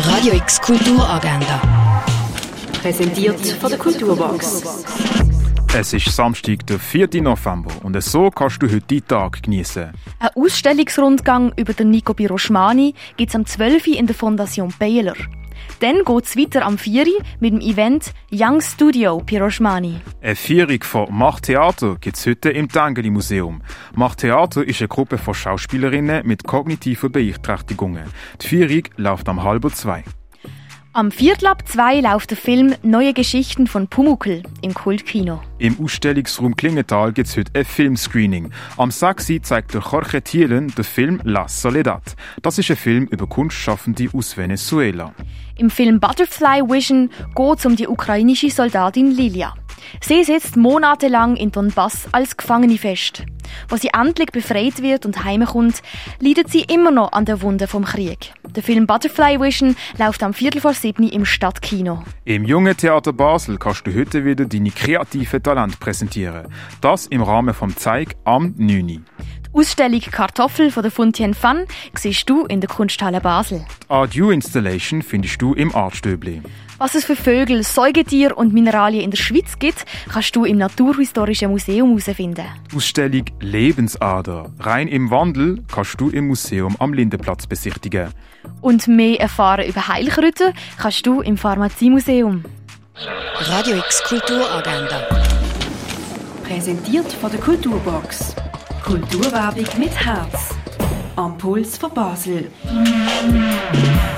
Radio X Kulturagenda. Präsentiert von der Kulturbox. Es ist Samstag, der 4. November und so kannst du heute die Tag genießen. Ein Ausstellungsrundgang über den Nico Piroschmani gibt es am 12. in der Fondation Baylor. Dann geht es weiter am 4. mit dem Event Young Studio Piroschmani. Eine Feierung von Mach Theater gibt es heute im Tengeli Museum. Mach Theater ist eine Gruppe von Schauspielerinnen mit kognitiven Beeinträchtigungen. Die Feierung läuft am 1:30. Am 1:45 läuft der Film Neue Geschichten von Pumuckl im Kultkino. Im Ausstellungsraum Klingenthal gibt es heute ein Filmscreening. Am 6. zeigt der Jorge Thielen den Film La Soledad. Das ist ein Film über Kunstschaffende aus Venezuela. Im Film Butterfly Vision geht es um die ukrainische Soldatin Lilia. Sie sitzt monatelang in Donbass als Gefangene fest. Als sie endlich befreit wird und heimkommt, leidet sie immer noch an den Wunden vom Krieg. Der Film Butterfly Vision läuft am 6:45 im Stadtkino. Im Jungen Theater Basel kannst du heute wieder deine kreativen Talente präsentieren. Das im Rahmen vom Zeig am 9. Die Ausstellung Kartoffel von der Fontien Fan siehst du in der Kunsthalle Basel. Die Art You Installation findest du im Artstöbli. Was es für Vögel, Säugetiere und Mineralien in der Schweiz gibt, kannst du im Naturhistorischen Museum herausfinden. Die Ausstellung Lebensader. Rein im Wandel kannst du im Museum am Lindenplatz besichtigen. Und mehr erfahren über Heilkräuter kannst du im Pharmaziemuseum. Radio X Kulturagenda. Präsentiert von der Kulturbox. Kulturwerbung mit Herz. Am Puls von Basel.